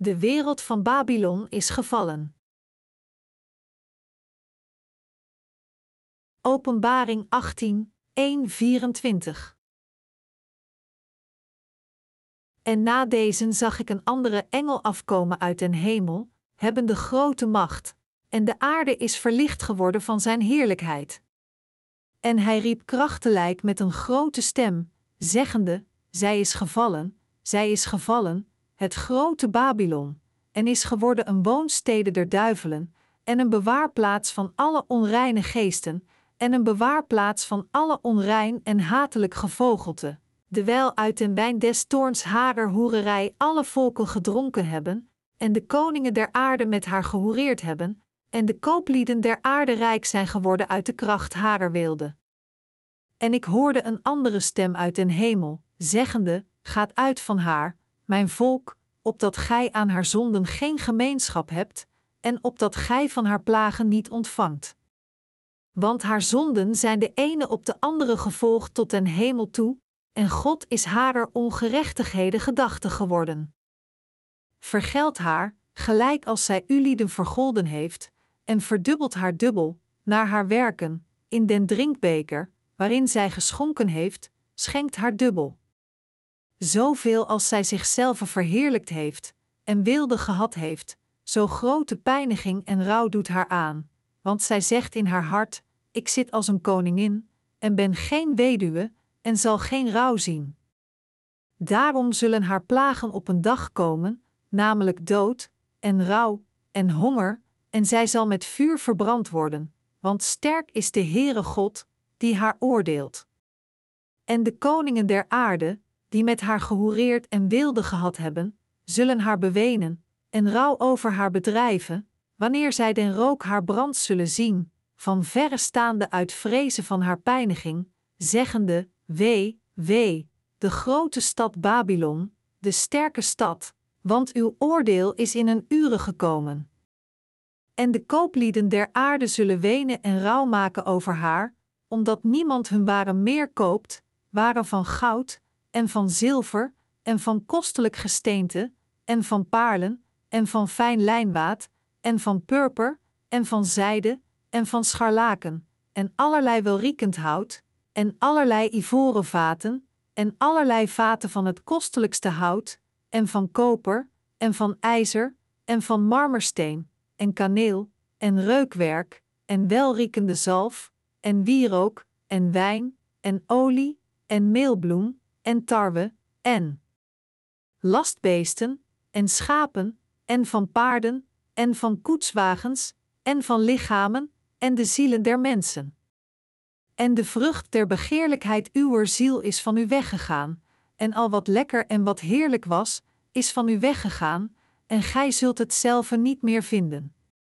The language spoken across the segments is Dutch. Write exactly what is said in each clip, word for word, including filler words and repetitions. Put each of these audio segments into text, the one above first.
De wereld van Babylon is gevallen. Openbaring achttien, één vierentwintig. En na deze zag ik een andere engel afkomen uit den hemel, hebbende grote macht, en de aarde is verlicht geworden van zijn heerlijkheid. En hij riep krachtelijk met een grote stem, zeggende: zij is gevallen, zij is gevallen, het grote Babylon, en is geworden een woonstede der duivelen, en een bewaarplaats van alle onreine geesten, en een bewaarplaats van alle onrein en hatelijk gevogelte, dewijl uit den wijn des toorns harer hoererij alle volken gedronken hebben, en de koningen der aarde met haar gehoereerd hebben, en de kooplieden der aarde rijk zijn geworden uit de kracht harer weelde. En ik hoorde een andere stem uit den hemel, zeggende: gaat uit van haar, mijn volk, opdat gij aan haar zonden geen gemeenschap hebt, en opdat gij van haar plagen niet ontvangt. Want haar zonden zijn de ene op de andere gevolgd tot den hemel toe, en God is harer ongerechtigheden gedachte geworden. Vergeld haar, gelijk als zij ulieden vergolden heeft, en verdubbelt haar dubbel, naar haar werken, in den drinkbeker, waarin zij geschonken heeft, schenkt haar dubbel. Zoveel als zij zichzelf verheerlijkt heeft, en weelde gehad heeft, zo grote pijniging en rouw doet haar aan, want zij zegt in haar hart: ik zit als een koningin, en ben geen weduwe, en zal geen rouw zien. Daarom zullen haar plagen op een dag komen, namelijk dood, en rouw, en honger, en zij zal met vuur verbrand worden, want sterk is de Heere God, die haar oordeelt. En de koningen der aarde, die met haar gehoereerd en weelde gehad hebben, zullen haar bewenen, en rouw over haar bedrijven, wanneer zij den rook haar brand zullen zien, van verre staande uit vrezen van haar pijniging, zeggende: wee, wee, de grote stad Babylon, de sterke stad, want uw oordeel is in een ure gekomen. En de kooplieden der aarde zullen wenen en rouw maken over haar, omdat niemand hun waren meer koopt, waren van goud, en van zilver, en van kostelijk gesteente, en van paarlen, en van fijn lijnwaad, en van purper, en van zijde, en van scharlaken, en allerlei welriekend hout, en allerlei ivoren vaten, en allerlei vaten van het kostelijkste hout, en van koper, en van ijzer, en van marmersteen, en kaneel, en reukwerk, en welriekende zalf, en wierook, en wijn, en olie, en meelbloem, en tarwe, en lastbeesten, en schapen, en van paarden, en van koetswagens, en van lichamen, en de zielen der mensen. En de vrucht der begeerlijkheid uwer ziel is van u weggegaan, en al wat lekker en wat heerlijk was, is van u weggegaan, en gij zult het zelve niet meer vinden.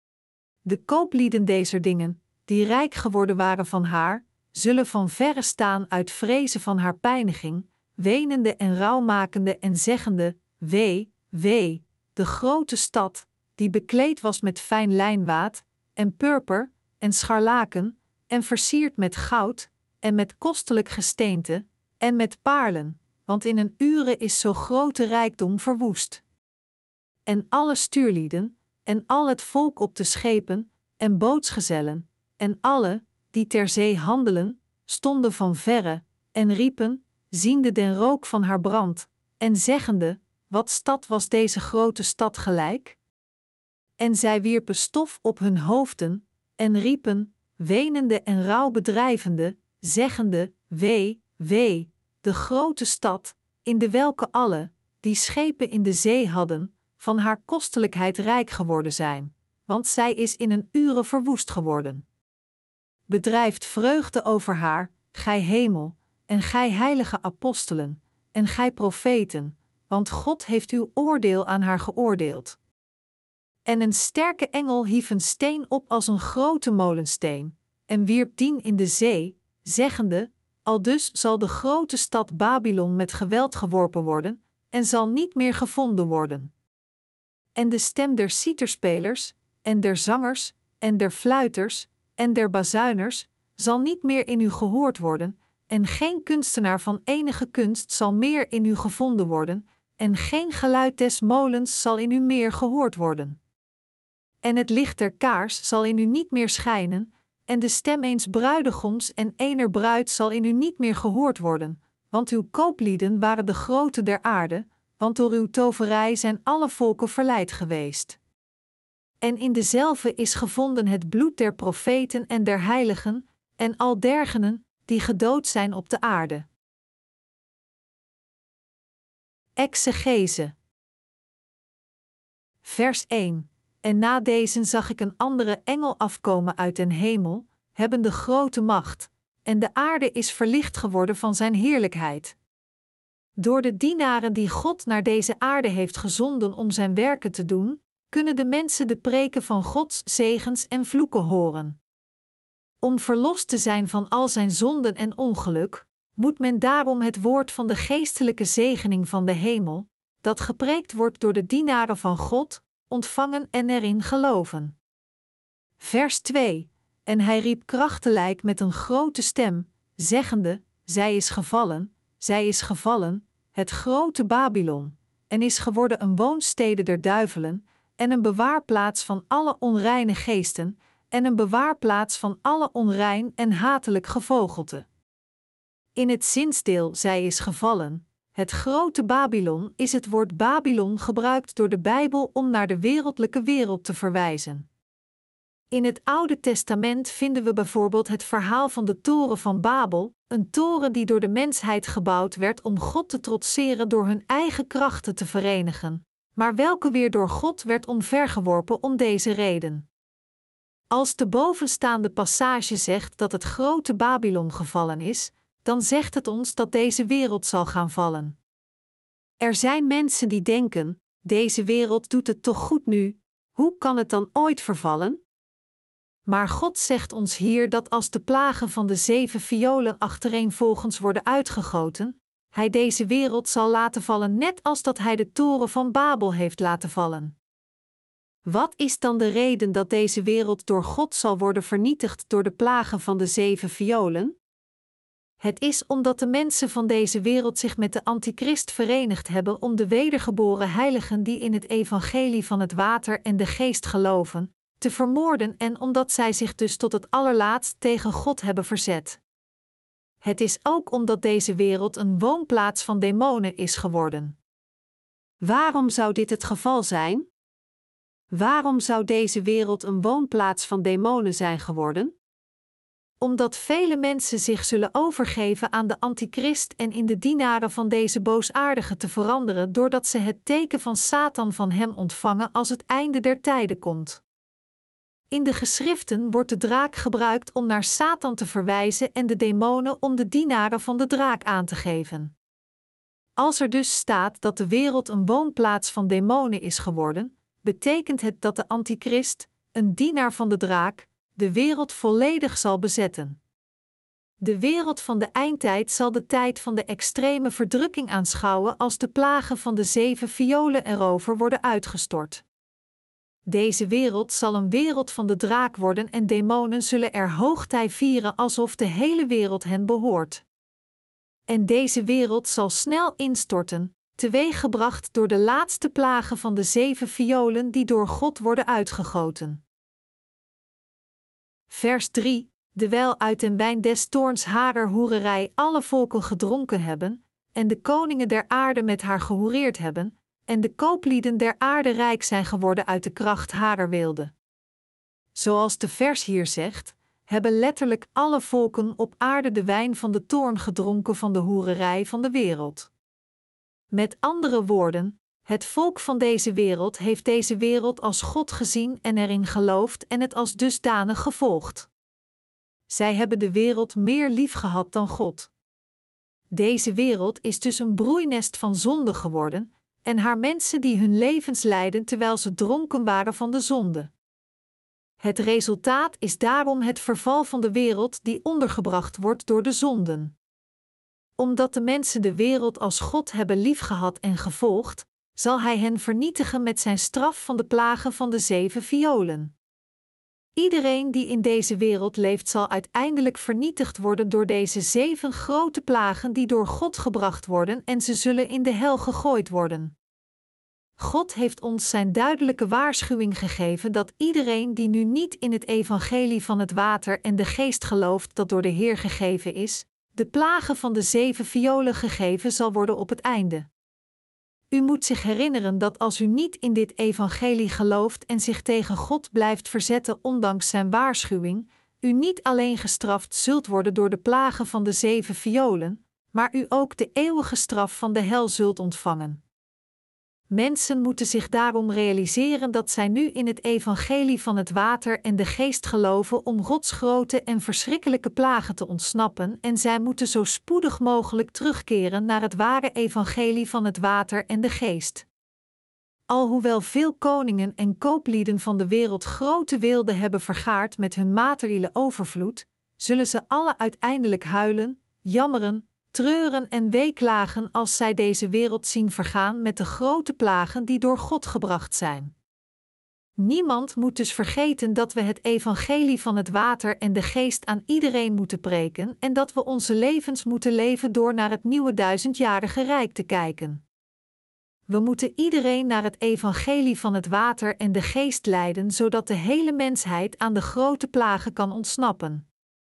De kooplieden dezer dingen, die rijk geworden waren van haar, zullen van verre staan uit vrezen van haar pijniging, wenende en rouwmakende en zeggende: wee, wee, de grote stad, die bekleed was met fijn lijnwaad, en purper, en scharlaken, en versierd met goud, en met kostelijk gesteente, en met paarlen, want in een ure is zo grote rijkdom verwoest. En alle stuurlieden, en al het volk op de schepen, en bootsgezellen, en alle, die ter zee handelen, stonden van verre, en riepen, ziende den rook van haar brand, en zeggende: wat stad was deze grote stad gelijk? En zij wierpen stof op hun hoofden, en riepen, wenende en rouw bedrijvende, zeggende: wee, wee, de grote stad, in de welke alle, die schepen in de zee hadden, van haar kostelijkheid rijk geworden zijn, want zij is in een ure verwoest geworden. Bedrijft vreugde over haar, gij hemel, en gij heilige apostelen, en gij profeten, want God heeft uw oordeel aan haar geoordeeld. En een sterke engel hief een steen op als een grote molensteen, en wierp dien in de zee, zeggende: aldus zal de grote stad Babylon met geweld geworpen worden, en zal niet meer gevonden worden. En de stem der citerspelers, en der zangers, en der fluiters, en der bazuiners, zal niet meer in u gehoord worden, en geen kunstenaar van enige kunst zal meer in u gevonden worden, en geen geluid des molens zal in u meer gehoord worden. En het licht der kaars zal in u niet meer schijnen, en de stem eens bruidegoms en ener bruid zal in u niet meer gehoord worden, want uw kooplieden waren de grote der aarde, want door uw toverij zijn alle volken verleid geweest. En in dezelve is gevonden het bloed der profeten en der heiligen, en al dergenen, die gedood zijn op de aarde. Exegese. Vers één. En na deze zag ik een andere engel afkomen uit den hemel, hebbende grote macht, en de aarde is verlicht geworden van zijn heerlijkheid. Door de dienaren die God naar deze aarde heeft gezonden om zijn werken te doen, kunnen de mensen de preken van Gods zegens en vloeken horen. Om verlost te zijn van al zijn zonden en ongeluk, moet men daarom het woord van de geestelijke zegening van de hemel, dat gepreekt wordt door de dienaren van God, ontvangen en erin geloven. Vers twee. En hij riep krachtelijk met een grote stem, zeggende, zij is gevallen, zij is gevallen, het grote Babylon, en is geworden een woonstede der duivelen, en een bewaarplaats van alle onreine geesten, en een bewaarplaats van alle onrein en hatelijk gevogelte. In het zinsdeel zij is gevallen, het grote Babylon, is het woord Babylon gebruikt door de Bijbel om naar de wereldlijke wereld te verwijzen. In het Oude Testament vinden we bijvoorbeeld het verhaal van de toren van Babel, een toren die door de mensheid gebouwd werd om God te trotseren door hun eigen krachten te verenigen, maar welke weer door God werd omvergeworpen om deze reden. Als de bovenstaande passage zegt dat het grote Babylon gevallen is, dan zegt het ons dat deze wereld zal gaan vallen. Er zijn mensen die denken, deze wereld doet het toch goed nu, hoe kan het dan ooit vervallen? Maar God zegt ons hier dat als de plagen van de zeven violen achtereenvolgens worden uitgegoten, Hij deze wereld zal laten vallen net als dat Hij de toren van Babel heeft laten vallen. Wat is dan de reden dat deze wereld door God zal worden vernietigd door de plagen van de zeven violen? Het is omdat de mensen van deze wereld zich met de antichrist verenigd hebben om de wedergeboren heiligen die in het evangelie van het water en de geest geloven, te vermoorden en omdat zij zich dus tot het allerlaatst tegen God hebben verzet. Het is ook omdat deze wereld een woonplaats van demonen is geworden. Waarom zou dit het geval zijn? Waarom zou deze wereld een woonplaats van demonen zijn geworden? Omdat vele mensen zich zullen overgeven aan de antichrist en in de dienaren van deze boosaardige te veranderen doordat ze het teken van Satan van hem ontvangen als het einde der tijden komt. In de geschriften wordt de draak gebruikt om naar Satan te verwijzen en de demonen om de dienaren van de draak aan te geven. Als er dus staat dat de wereld een woonplaats van demonen is geworden, betekent het dat de antichrist, een dienaar van de draak, de wereld volledig zal bezetten. De wereld van de eindtijd zal de tijd van de extreme verdrukking aanschouwen als de plagen van de zeven violen erover worden uitgestort. Deze wereld zal een wereld van de draak worden en demonen zullen er hoogtij vieren alsof de hele wereld hen behoort. En deze wereld zal snel instorten, teweeggebracht door de laatste plagen van de zeven violen die door God worden uitgegoten. Vers drie. Dewijl uit den wijn des toorns harer hoererij alle volken gedronken hebben, en de koningen der aarde met haar gehoereerd hebben, en de kooplieden der aarde rijk zijn geworden uit de kracht harer weelde. Zoals de vers hier zegt, hebben letterlijk alle volken op aarde de wijn van de toorn gedronken van de hoererij van de wereld. Met andere woorden, het volk van deze wereld heeft deze wereld als God gezien en erin geloofd en het als dusdanig gevolgd. Zij hebben de wereld meer lief gehad dan God. Deze wereld is dus een broeinest van zonde geworden, en haar mensen die hun levens leiden terwijl ze dronken waren van de zonde. Het resultaat is daarom het verval van de wereld die ondergebracht wordt door de zonden. Omdat de mensen de wereld als God hebben liefgehad en gevolgd, zal Hij hen vernietigen met zijn straf van de plagen van de zeven violen. Iedereen die in deze wereld leeft zal uiteindelijk vernietigd worden door deze zeven grote plagen die door God gebracht worden en ze zullen in de hel gegooid worden. God heeft ons zijn duidelijke waarschuwing gegeven dat iedereen die nu niet in het evangelie van het water en de geest gelooft dat door de Heer gegeven is, de plagen van de zeven violen gegeven zal worden op het einde. U moet zich herinneren dat als u niet in dit evangelie gelooft en zich tegen God blijft verzetten ondanks zijn waarschuwing, u niet alleen gestraft zult worden door de plagen van de zeven violen, maar u ook de eeuwige straf van de hel zult ontvangen. Mensen moeten zich daarom realiseren dat zij nu in het evangelie van het water en de geest geloven om Gods grote en verschrikkelijke plagen te ontsnappen en zij moeten zo spoedig mogelijk terugkeren naar het ware evangelie van het water en de geest. Alhoewel veel koningen en kooplieden van de wereld grote weelde hebben vergaard met hun materiële overvloed, zullen ze alle uiteindelijk huilen, jammeren, treuren en weeklagen als zij deze wereld zien vergaan met de grote plagen die door God gebracht zijn. Niemand moet dus vergeten dat we het evangelie van het water en de geest aan iedereen moeten preken en dat we onze levens moeten leven door naar het nieuwe duizendjarige rijk te kijken. We moeten iedereen naar het evangelie van het water en de geest leiden, zodat de hele mensheid aan de grote plagen kan ontsnappen.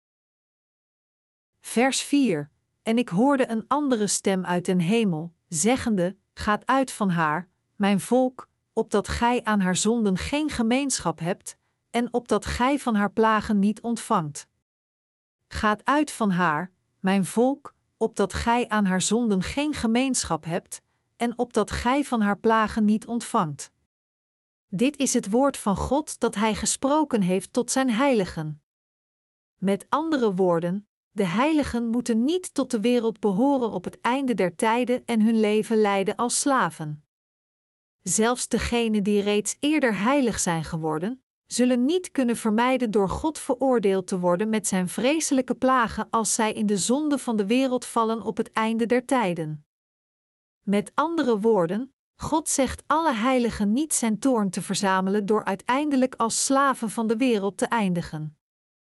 Vers vier. En ik hoorde een andere stem uit den hemel, zeggende: Gaat uit van haar, mijn volk, opdat gij aan haar zonden geen gemeenschap hebt, en opdat gij van haar plagen niet ontvangt. Gaat uit van haar, mijn volk, opdat gij aan haar zonden geen gemeenschap hebt, en opdat gij van haar plagen niet ontvangt. Dit is het woord van God dat hij gesproken heeft tot zijn heiligen. Met andere woorden, de heiligen moeten niet tot de wereld behoren op het einde der tijden en hun leven leiden als slaven. Zelfs degenen die reeds eerder heilig zijn geworden, zullen niet kunnen vermijden door God veroordeeld te worden met zijn vreselijke plagen als zij in de zonde van de wereld vallen op het einde der tijden. Met andere woorden, God zegt alle heiligen niet zijn toorn te verzamelen door uiteindelijk als slaven van de wereld te eindigen.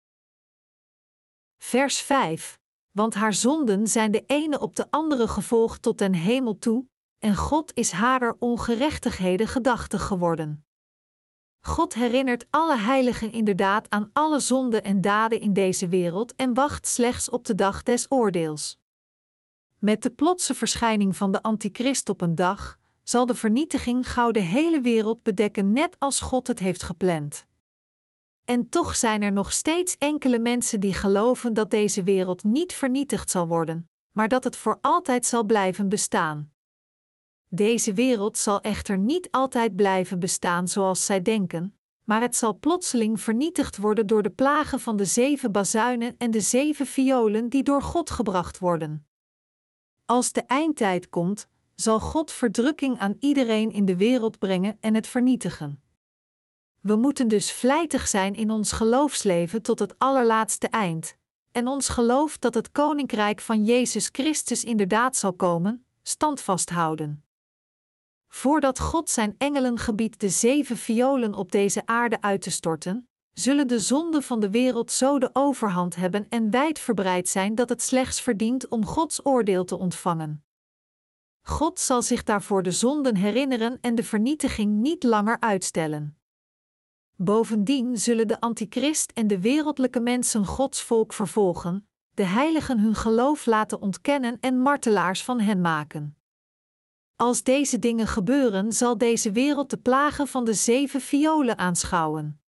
Vers vijf. Want haar zonden zijn de ene op de andere gevolgd tot den hemel toe, en God is harer ongerechtigheden gedachtig geworden. God herinnert alle heiligen inderdaad aan alle zonden en daden in deze wereld en wacht slechts op de dag des oordeels. Met de plotse verschijning van de antichrist op een dag, zal de vernietiging gauw de hele wereld bedekken net als God het heeft gepland. En toch zijn er nog steeds enkele mensen die geloven dat deze wereld niet vernietigd zal worden, maar dat het voor altijd zal blijven bestaan. Deze wereld zal echter niet altijd blijven bestaan zoals zij denken, maar het zal plotseling vernietigd worden door de plagen van de zeven bazuinen en de zeven violen die door God gebracht worden. Als de eindtijd komt, zal God verdrukking aan iedereen in de wereld brengen en het vernietigen. We moeten dus vlijtig zijn in ons geloofsleven tot het allerlaatste eind, en ons geloof dat het koninkrijk van Jezus Christus inderdaad zal komen, standvast houden. Voordat God zijn engelen gebiedt de zeven violen op deze aarde uit te storten, zullen de zonden van de wereld zo de overhand hebben en wijdverbreid zijn dat het slechts verdient om Gods oordeel te ontvangen. God zal zich daarvoor de zonden herinneren en de vernietiging niet langer uitstellen. Bovendien zullen de antichrist en de wereldlijke mensen Gods volk vervolgen, de heiligen hun geloof laten ontkennen en martelaars van hen maken. Als deze dingen gebeuren, zal deze wereld de plagen van de zeven violen aanschouwen.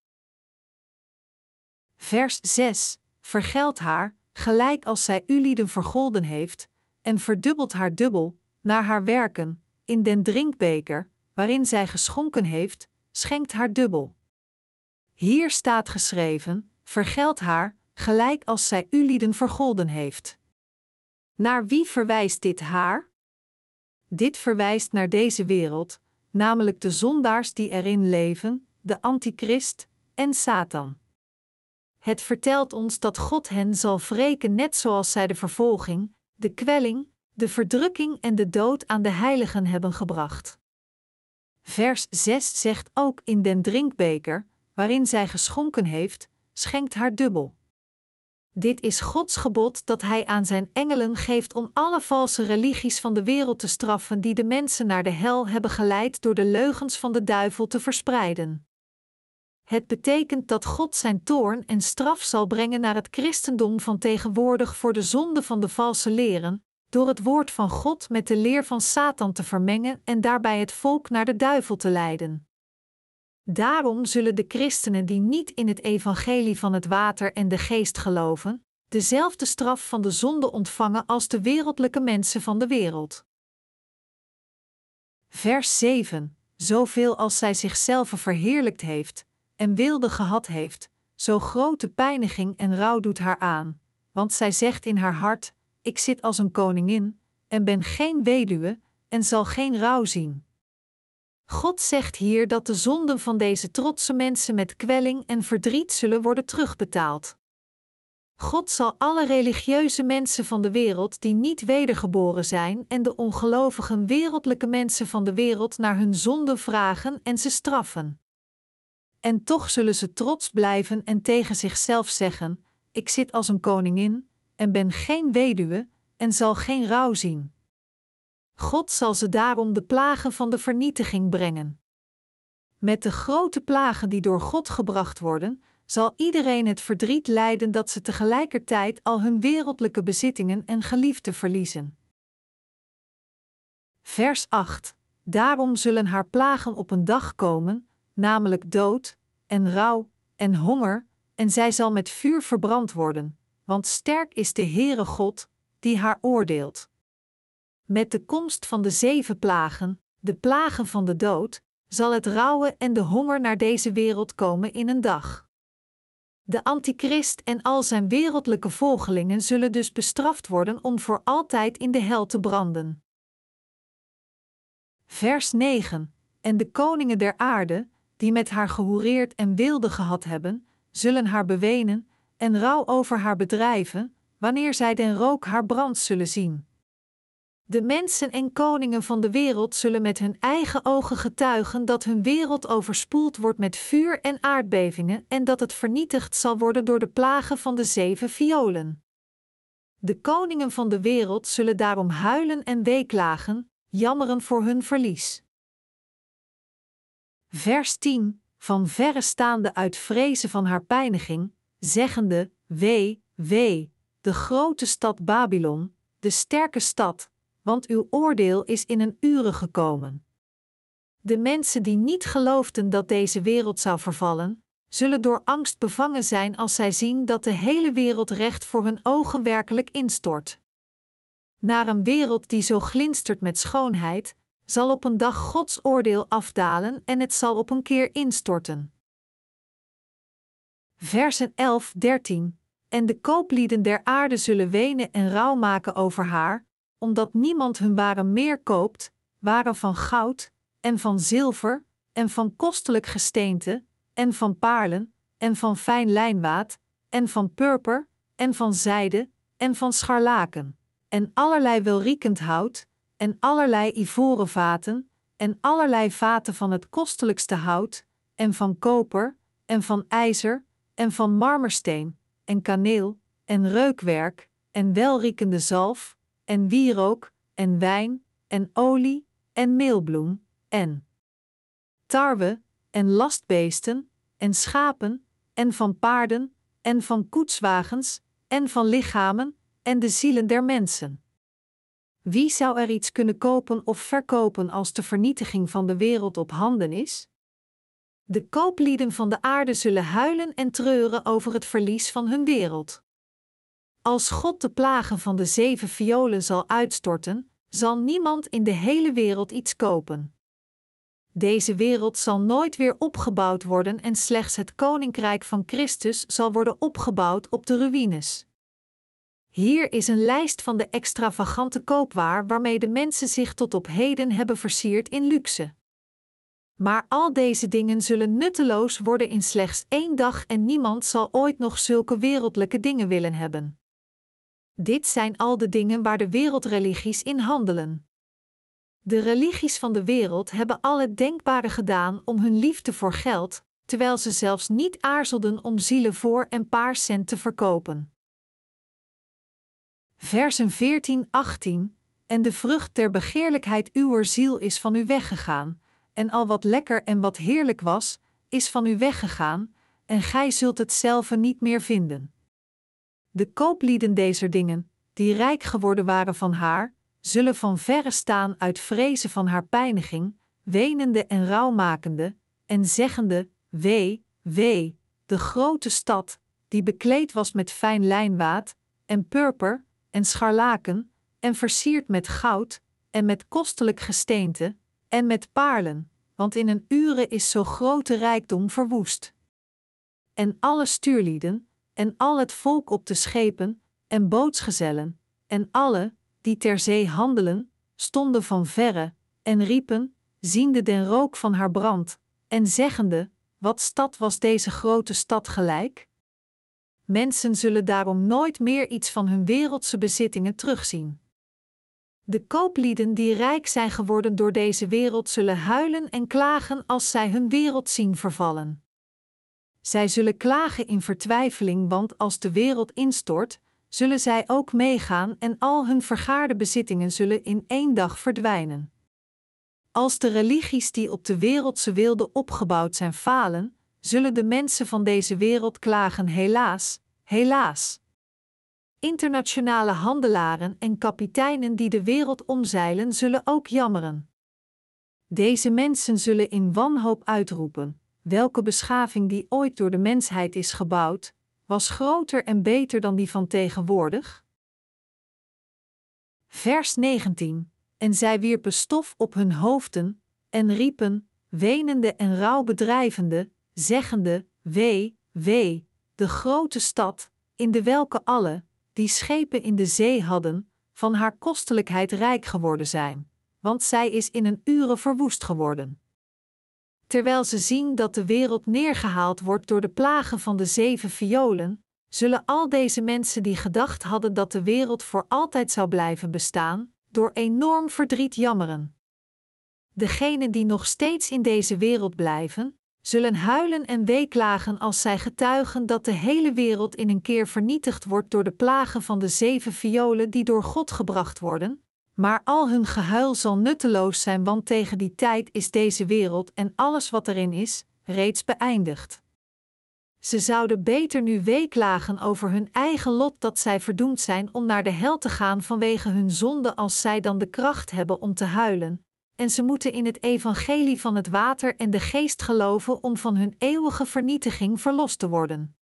Vers zes. Vergeld haar, gelijk als zij ulieden vergolden heeft, en verdubbelt haar dubbel, naar haar werken, in den drinkbeker, waarin zij geschonken heeft, schenkt haar dubbel. Hier staat geschreven, vergeld haar, gelijk als zij ulieden vergolden heeft. Naar wie verwijst dit haar? Dit verwijst naar deze wereld, namelijk de zondaars die erin leven, de antichrist en Satan. Het vertelt ons dat God hen zal wreken net zoals zij de vervolging, de kwelling, de verdrukking en de dood aan de heiligen hebben gebracht. Vers zes zegt ook in den drinkbeker, waarin zij geschonken heeft, schenkt haar dubbel. Dit is Gods gebod dat Hij aan zijn engelen geeft om alle valse religies van de wereld te straffen die de mensen naar de hel hebben geleid door de leugens van de duivel te verspreiden. Het betekent dat God zijn toorn en straf zal brengen naar het christendom van tegenwoordig voor de zonde van de valse leren, door het woord van God met de leer van Satan te vermengen en daarbij het volk naar de duivel te leiden. Daarom zullen de christenen die niet in het evangelie van het water en de geest geloven, dezelfde straf van de zonde ontvangen als de wereldlijke mensen van de wereld. Vers zeven. Zoveel als zij zichzelf verheerlijkt heeft en weelde gehad heeft, zo grote pijniging en rouw doet haar aan, want zij zegt in haar hart, ik zit als een koningin, en ben geen weduwe, en zal geen rouw zien. God zegt hier dat de zonden van deze trotse mensen met kwelling en verdriet zullen worden terugbetaald. God zal alle religieuze mensen van de wereld die niet wedergeboren zijn en de ongelovigen wereldlijke mensen van de wereld naar hun zonden vragen en ze straffen. En toch zullen ze trots blijven en tegen zichzelf zeggen, ik zit als een koningin, en ben geen weduwe, en zal geen rouw zien. God zal ze daarom de plagen van de vernietiging brengen. Met de grote plagen die door God gebracht worden, zal iedereen het verdriet lijden dat ze tegelijkertijd al hun wereldlijke bezittingen en geliefden verliezen. Vers acht. Daarom zullen haar plagen op een dag komen, namelijk dood, en rouw, en honger, en zij zal met vuur verbrand worden, want sterk is de Heere God, die haar oordeelt. Met de komst van de zeven plagen, de plagen van de dood, zal het rouwen en de honger naar deze wereld komen in een dag. De antichrist en al zijn wereldlijke volgelingen zullen dus bestraft worden om voor altijd in de hel te branden. Vers negen. En de koningen der aarde, die met haar gehoereerd en weelde gehad hebben, zullen haar bewenen en rouw over haar bedrijven, wanneer zij den rook haar brand zullen zien. De mensen en koningen van de wereld zullen met hun eigen ogen getuigen dat hun wereld overspoeld wordt met vuur en aardbevingen en dat het vernietigd zal worden door de plagen van de zeven violen. De koningen van de wereld zullen daarom huilen en weeklagen, jammeren voor hun verlies. Vers tien. Van verre staande uit vrezen van haar pijniging, zeggende, wee, wee, de grote stad Babylon, de sterke stad, want uw oordeel is in een uren gekomen. De mensen die niet geloofden dat deze wereld zou vervallen, zullen door angst bevangen zijn als zij zien dat de hele wereld recht voor hun ogen werkelijk instort. Naar een wereld die zo glinstert met schoonheid, zal op een dag Gods oordeel afdalen en het zal op een keer instorten. Versen elf, dertien. En de kooplieden der aarde zullen wenen en rouw maken over haar, omdat niemand hun waren meer koopt, waren van goud, en van zilver, en van kostelijk gesteente, en van paarlen, en van fijn lijnwaad, en van purper, en van zijde, en van scharlaken, en allerlei welriekend hout, en allerlei ivoren vaten, en allerlei vaten van het kostelijkste hout, en van koper, en van ijzer, en van marmersteen, en kaneel, en reukwerk, en welriekende zalf, en wierook, en wijn, en olie, en meelbloem, en tarwe, en lastbeesten, en schapen, en van paarden, en van koetswagens, en van lichamen, en de zielen der mensen. Wie zou er iets kunnen kopen of verkopen als de vernietiging van de wereld op handen is? De kooplieden van de aarde zullen huilen en treuren over het verlies van hun wereld. Als God de plagen van de zeven violen zal uitstorten, zal niemand in de hele wereld iets kopen. Deze wereld zal nooit weer opgebouwd worden en slechts het koninkrijk van Christus zal worden opgebouwd op de ruïnes. Hier is een lijst van de extravagante koopwaar waarmee de mensen zich tot op heden hebben versierd in luxe. Maar al deze dingen zullen nutteloos worden in slechts één dag en niemand zal ooit nog zulke wereldlijke dingen willen hebben. Dit zijn al de dingen waar de wereldreligies in handelen. De religies van de wereld hebben al het denkbare gedaan om hun liefde voor geld, terwijl ze zelfs niet aarzelden om zielen voor een paar cent te verkopen. Versen veertien achttien. En de vrucht der begeerlijkheid uwer ziel is van u weggegaan, en al wat lekker en wat heerlijk was, is van u weggegaan, en gij zult het zelve niet meer vinden. De kooplieden dezer dingen, die rijk geworden waren van haar, zullen van verre staan uit vrezen van haar pijniging, wenende en rouwmakende, en zeggende: Wee, wee, de grote stad, die bekleed was met fijn lijnwaad, en purper, en scharlaken, en versierd met goud, en met kostelijk gesteente, en met paarlen, want in een ure is zo grote rijkdom verwoest. En alle stuurlieden, en al het volk op de schepen, en bootsgezellen, en alle, die ter zee handelen, stonden van verre, en riepen, ziende den rook van haar brand, en zeggende: Wat stad was deze grote stad gelijk? Mensen zullen daarom nooit meer iets van hun wereldse bezittingen terugzien. De kooplieden die rijk zijn geworden door deze wereld zullen huilen en klagen als zij hun wereld zien vervallen. Zij zullen klagen in vertwijfeling, want als de wereld instort, zullen zij ook meegaan en al hun vergaarde bezittingen zullen in één dag verdwijnen. Als de religies die op de wereldse weelde opgebouwd zijn falen, zullen de mensen van deze wereld klagen: helaas, helaas. Internationale handelaren en kapiteinen die de wereld omzeilen zullen ook jammeren. Deze mensen zullen in wanhoop uitroepen: welke beschaving die ooit door de mensheid is gebouwd, was groter en beter dan die van tegenwoordig? Vers negentien. En zij wierpen stof op hun hoofden, en riepen, wenende en rouw bedrijvende, zeggende: Wee, wee, de grote stad, in de welke alle, die schepen in de zee hadden, van haar kostelijkheid rijk geworden zijn, want zij is in een ure verwoest geworden. Terwijl ze zien dat de wereld neergehaald wordt door de plagen van de zeven violen, zullen al deze mensen die gedacht hadden dat de wereld voor altijd zou blijven bestaan, door enorm verdriet jammeren. Degenen die nog steeds in deze wereld blijven, zullen huilen en weeklagen als zij getuigen dat de hele wereld in een keer vernietigd wordt door de plagen van de zeven violen die door God gebracht worden, maar al hun gehuil zal nutteloos zijn, want tegen die tijd is deze wereld en alles wat erin is, reeds beëindigd. Ze zouden beter nu weeklagen over hun eigen lot dat zij verdoemd zijn om naar de hel te gaan vanwege hun zonde als zij dan de kracht hebben om te huilen, en ze moeten in het evangelie van het water en de geest geloven om van hun eeuwige vernietiging verlost te worden.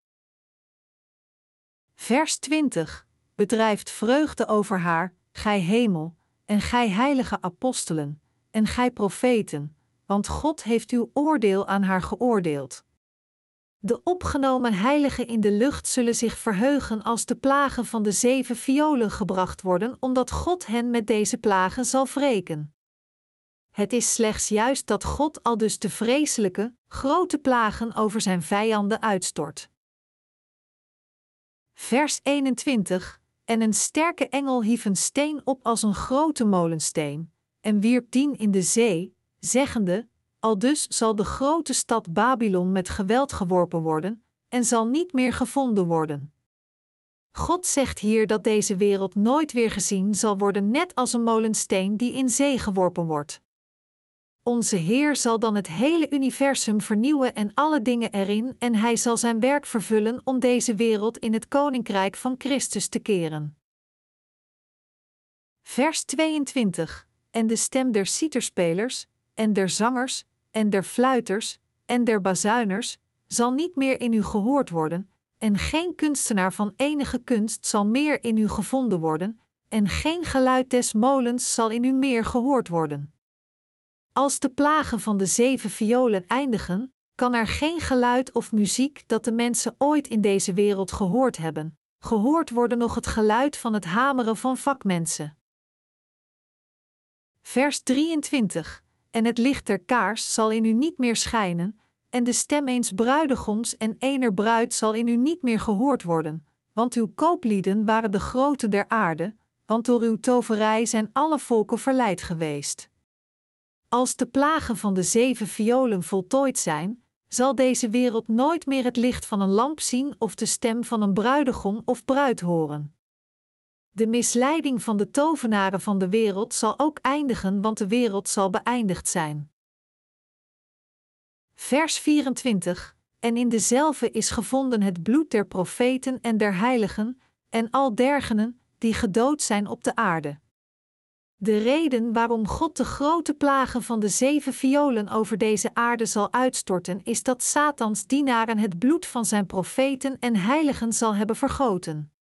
Vers twintig. Bedrijft vreugde over haar, gij hemel, en gij heilige apostelen, en gij profeten, want God heeft uw oordeel aan haar geoordeeld. De opgenomen heiligen in de lucht zullen zich verheugen als de plagen van de zeven violen gebracht worden, omdat God hen met deze plagen zal wreken. Het is slechts juist dat God aldus de vreselijke, grote plagen over zijn vijanden uitstort. Vers eenentwintig. En een sterke engel hief een steen op als een grote molensteen, en wierp dien in de zee, zeggende: Aldus zal de grote stad Babylon met geweld geworpen worden, en zal niet meer gevonden worden. God zegt hier dat deze wereld nooit weer gezien zal worden, net als een molensteen die in zee geworpen wordt. Onze Heer zal dan het hele universum vernieuwen en alle dingen erin, en Hij zal zijn werk vervullen om deze wereld in het koninkrijk van Christus te keren. Vers tweeëntwintig. En de stem der citerspelers, en der zangers, en der fluiters, en der bazuiners, zal niet meer in u gehoord worden, en geen kunstenaar van enige kunst zal meer in u gevonden worden, en geen geluid des molens zal in u meer gehoord worden. Als de plagen van de zeven violen eindigen, kan er geen geluid of muziek dat de mensen ooit in deze wereld gehoord hebben, gehoord worden, nog het geluid van het hameren van vakmensen. Vers drieëntwintig. En het licht der kaars zal in u niet meer schijnen, en de stem eens bruidegoms en ener bruid zal in u niet meer gehoord worden, want uw kooplieden waren de groten der aarde, want door uw toverij zijn alle volken verleid geweest. Als de plagen van de zeven violen voltooid zijn, zal deze wereld nooit meer het licht van een lamp zien of de stem van een bruidegom of bruid horen. De misleiding van de tovenaren van de wereld zal ook eindigen, want de wereld zal beëindigd zijn. Vers vierentwintig. En in dezelve is gevonden het bloed der profeten en der heiligen, en al dergenen, die gedood zijn op de aarde. De reden waarom God de grote plagen van de zeven violen over deze aarde zal uitstorten, is dat Satans dienaren het bloed van zijn profeten en heiligen zal hebben vergoten.